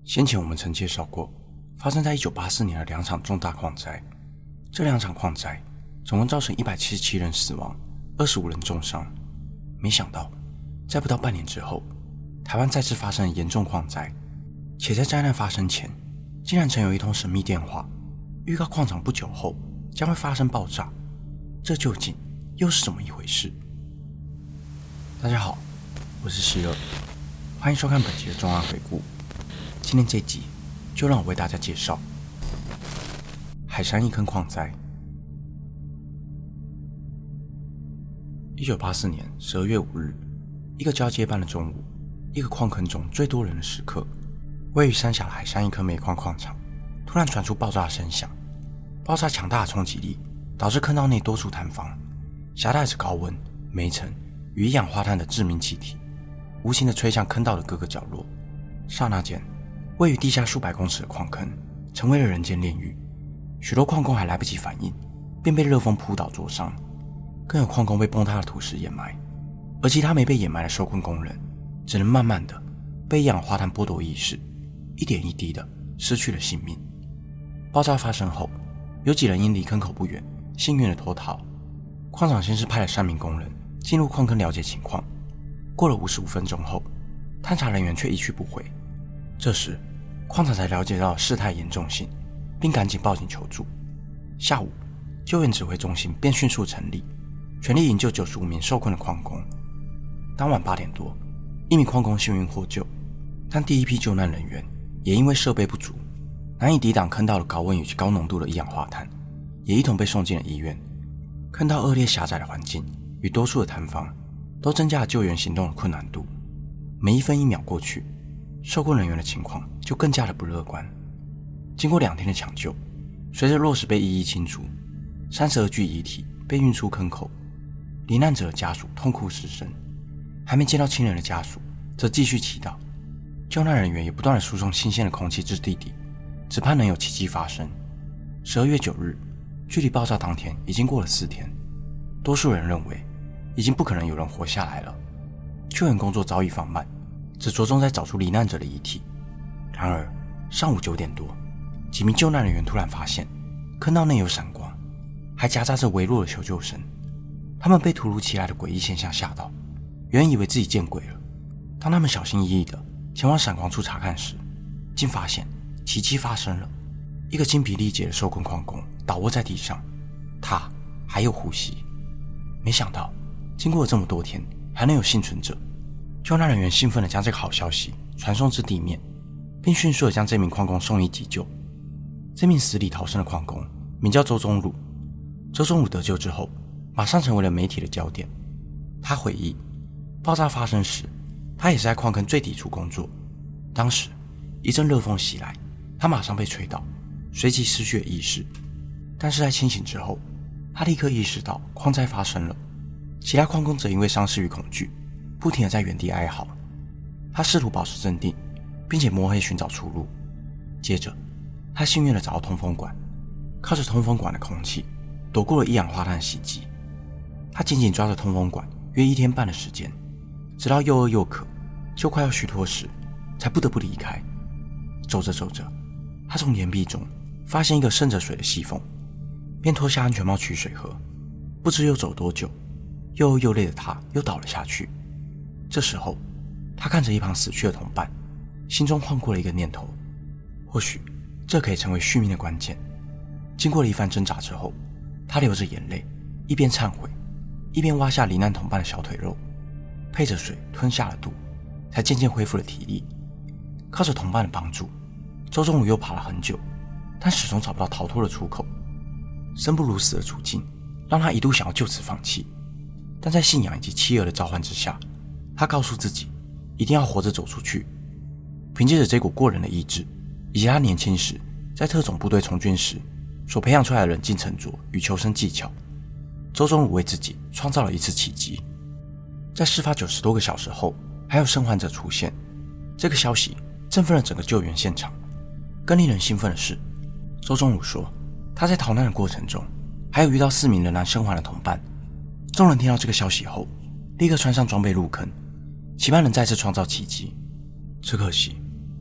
先前我们曾介绍过，发生在1984年的2场重大矿灾。这2场矿灾总共造成177人死亡，25人重伤。没想到，在不到半年之后，台湾再次发生了严重矿灾，且在灾难发生前，竟然曾有一通神秘电话，预告矿场不久后将会发生爆炸。这究竟又是怎么一回事？大家好，我是希尔，欢迎收看本期的重案回顾。今天这集就让我为大家介绍海山一坑矿灾。1984年12月5日，一个交接班的中午，一个矿坑中最多人的时刻，位于三峡的海山一坑煤矿矿场突然传出爆炸声响。爆炸强大的冲击力导致坑道内多处坍方，携带着高温、煤尘与一氧化碳的致命气体，无情地吹向坑道的各个角落。刹那间，位于地下数百公尺的矿坑成为了人间炼狱，许多矿工还来不及反应，便被热风扑倒灼伤，更有矿工被崩塌的土石掩埋，而其他没被掩埋的受困工人只能慢慢的被一氧化碳剥夺意识，一点一滴的失去了性命。爆炸发生后，有几人因离坑口不远，幸运的脱逃。矿场先是派了3名工人进入矿坑了解情况，过了55分钟后，探查人员却一去不回。这时矿场才了解到事态严重性，并赶紧报警求助。下午，救援指挥中心便迅速成立，全力营救95名受困的矿工。当晚8点多，一名矿工幸运获救，但第一批救难人员也因为设备不足，难以抵挡坑道的高温以及高浓度的一氧化碳，也一同被送进了医院。坑道恶劣狭窄的环境与多处的坍方都增加了救援行动的困难度。每1分1秒过去，受困人员的情况就更加的不乐观。经过2天的抢救，随着落石被一一清除，32具遗体被运出坑口，罹难者的家属痛哭失声，还没见到亲人的家属则继续祈祷。救难人员也不断的输送新鲜的空气至地底，只盼能有奇迹发生。12月9日，距离爆炸当天已经过了4天，多数人认为已经不可能有人活下来了。救援工作早已放慢，只着重在找出罹难者的遗体。然而上午9点多，几名救难人员突然发现坑道内有闪光，还夹杂着微弱的求救声。他们被突如其来的诡异现象吓到，原以为自己见鬼了。当他们小心翼翼地前往闪光处查看时，竟发现奇迹发生了。一个精疲力竭的受困矿工倒卧在地上，他还有呼吸。没想到经过了这么多天还能有幸存者。救难人员兴奋地将这个好消息传送至地面，并迅速地将这名矿工送医急救。这名死里逃生的矿工名叫周宗儒。周宗儒得救之后马上成为了媒体的焦点。他回忆，爆炸发生时他也是在矿坑最底处工作，当时一阵热风袭来，他马上被吹倒，随即失去了意识。但是在清醒之后，他立刻意识到矿灾发生了。其他矿工则因为伤势与恐惧不停地在原地哀嚎。他试图保持镇定，并且摸黑寻找出路。接着他幸运地找到通风管，靠着通风管的空气躲过了一氧化碳袭击。他紧紧抓着通风管约1天半的时间，直到又饿又渴，就快要虚脱时才不得不离开。走着走着，他从岩壁中发现一个渗着水的细缝，便脱下安全帽取水喝。不知又走多久，又饿又累的他又倒了下去。这时候他看着一旁死去的同伴，心中晃过了一个念头，或许这可以成为续命的关键。经过了一番挣扎之后，他流着眼泪，一边忏悔，一边挖下罹难同伴的小腿肉，配着水吞下了肚，才渐渐恢复了体力。靠着同伴的帮助，周宗儒又爬了很久，但始终找不到逃脱的出口。生不如死的处境让他一度想要就此放弃，但在信仰以及妻儿的召唤之下，他告诉自己一定要活着走出去。凭借着这股过人的意志，以及他年轻时在特种部队从军时所培养出来的冷静沉着与求生技巧，周宗儒为自己创造了一次奇迹。在事发90多个小时后，还有生还者出现，这个消息振奋了整个救援现场。更令人兴奋的是，周宗儒说他在逃难的过程中还有遇到4名仍然生还的同伴。众人听到这个消息后，立刻穿上装备入坑，期盼能再次创造奇迹。只可惜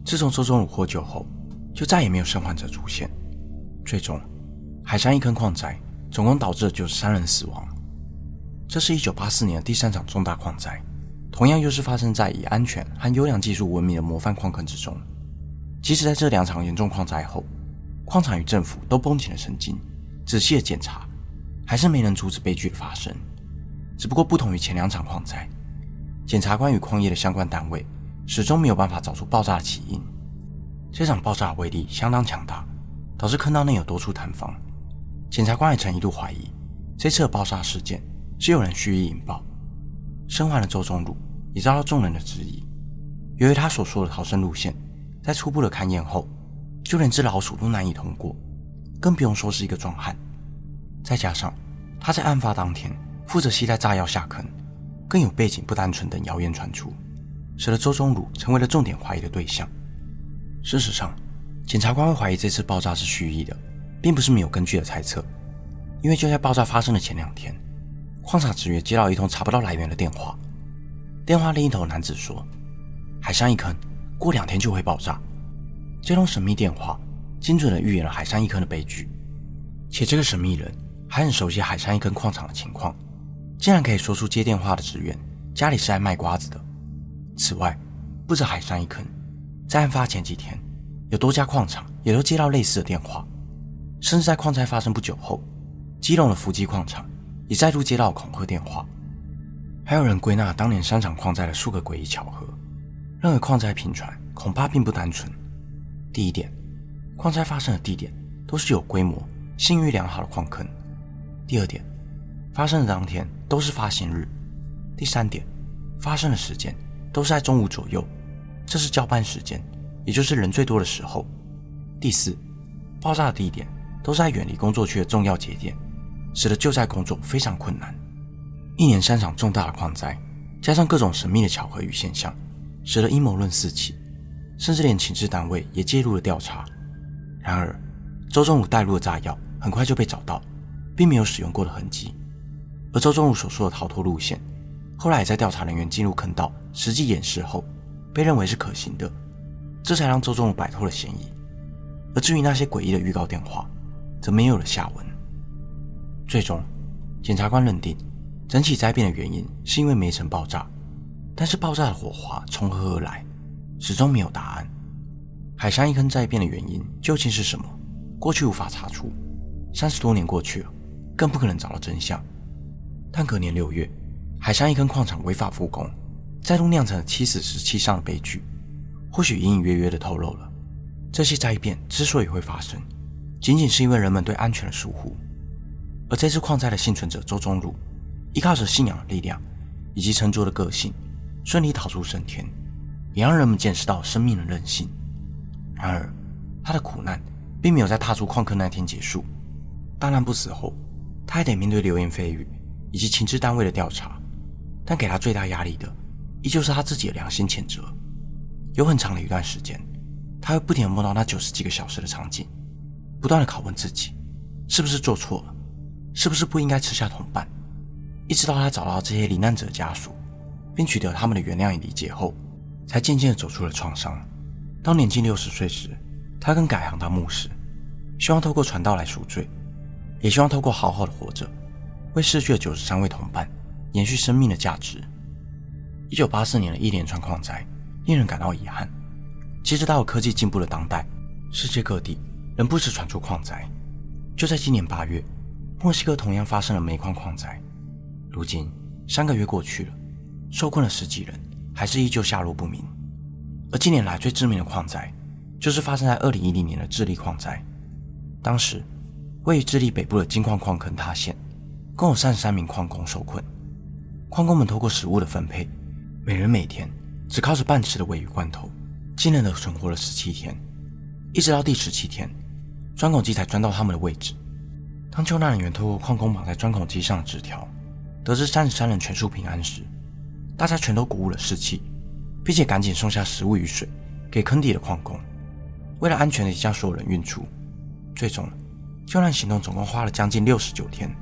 自从周宗儒获救后，就再也没有生还者出现。最终，海山一坑矿灾总共导致了93人死亡。这是1984年的第3场重大矿灾，同样又是发生在以安全和优良技术闻名的模范矿坑之中。即使在这2场严重矿灾后，矿场与政府都绷紧了神经，仔细的检查，还是没能阻止悲剧的发生。只不过不同于前2场矿灾，检察官与矿业的相关单位始终没有办法找出爆炸的起因。这场爆炸的威力相当强大，导致坑道内有多处坍方。检察官也曾一度怀疑这次的爆炸事件是有人蓄意引爆。生还的周宗儒也遭到众人的质疑，由于他所说的逃生路线在初步的勘验后，就连只老鼠都难以通过，更不用说是一个壮汉。再加上他在案发当天负责携带炸药下坑，更有背景不单纯等谣言传出，使得周宗儒成为了重点怀疑的对象。事实上，检察官会怀疑这次爆炸是蓄意的，并不是没有根据的猜测。因为就在爆炸发生的前2天，矿场职员接到一通查不到来源的电话。电话另一头的男子说，海山一坑过2天就会爆炸。这通神秘电话精准地预言了海山一坑的悲剧，且这个神秘人还很熟悉海山一坑矿场的情况，竟然可以说出接电话的职员家里是在卖瓜子的。此外，不止海山一坑，在案发前几天，有多家矿场也都接到类似的电话，甚至在矿灾发生不久后，基隆的福基矿场也再度接到恐吓电话。还有人归纳当年3场矿灾的数个诡异巧合，认为矿灾频传恐怕并不单纯。第一点，矿灾发生的地点都是有规模、信誉良好的矿坑。第二点，发生的当天都是发薪日。第3点，发生的时间都是在中午左右，这是交班时间，也就是人最多的时候。第4，爆炸的地点都是在远离工作区的重要节点，使得救灾工作非常困难。一年3场重大的矿灾，加上各种神秘的巧合与现象，使得阴谋论四起，甚至连情治单位也介入了调查。然而，周宗儒带入的炸药很快就被找到，并没有使用过的痕迹。而周宗儒所说的逃脱路线，后来也在调查人员进入坑道实际演示后，被认为是可行的，这才让周宗儒摆脱了嫌疑。而至于那些诡异的预告电话，则没有了下文。最终，检察官认定整起灾变的原因是因为煤层爆炸，但是爆炸的火花从何而来，始终没有答案。海山一坑灾变的原因究竟是什么？过去无法查出，30多年过去了，更不可能找到真相。但隔年6月，海山一坑矿场违法复工，再度酿成了7死17伤的悲剧，或许隐隐约约地透露了这些灾变之所以会发生，仅仅是因为人们对安全的疏忽。而这次矿灾的幸存者周宗儒，依靠着信仰的力量以及沉着的个性，顺利逃出升天，也让人们见识到生命的韧性。然而，他的苦难并没有在踏出矿坑那天结束。当然不死后，他还得面对流言蜚语以及情治单位的调查，但给他最大压力的依旧是他自己的良心谴责。有很长的一段时间，他会不停地梦到那90几个小时的场景，不断地拷问自己是不是做错了，是不是不应该吃下同伴。一直到他找到这些罹难者家属，并取得他们的原谅与理解后，才渐渐地走出了创伤。当年近60岁时，他更改行当牧师，希望透过传道来赎罪，也希望透过好好的活着，为逝去的93位同伴延续生命的价值。1984年的一连串矿灾令人感到遗憾。其实到了科技进步的当代，世界各地仍不时传出矿灾。就在今年8月，墨西哥同样发生了煤矿矿灾。如今3个月过去了，受困了10几人还是依旧下落不明。而近年来最知名的矿灾，就是发生在2010年的智利矿灾。当时位于智利北部的金矿矿坑塌陷，共有33名矿工受困。矿工们透过食物的分配，每人每天只靠着半吃的鲔鱼罐头，惊人的存活了17天。一直到第17天，钻孔机才钻到他们的位置。当救难人员透过矿工绑在钻孔机上的纸条，得知33人全数平安时，大家全都鼓舞了士气，并且赶紧送下食物与水给坑底的矿工。为了安全地将所有人运出，最终救难行动总共花了将近69天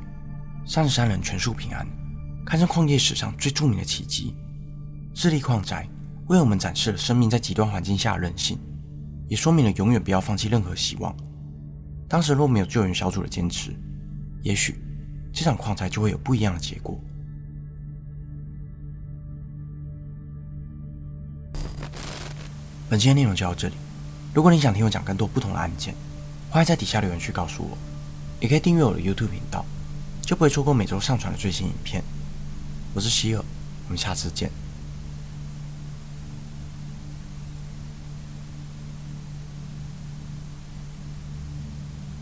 ，33人全数平安，堪称矿业史上最著名的奇迹。智利矿灾为我们展示了生命在极端环境下的韧性也说明了永远不要放弃任何希望。当时若没有救援小组的坚持，也许这场矿灾就会有不一样的结果。本期的内容就到这里。如果你想听我讲更多不同的案件，欢迎在底下留言区告诉我，也可以订阅我的 YouTube 频道，就不会错过每周上传的最新影片。我是希尔，我们下次见。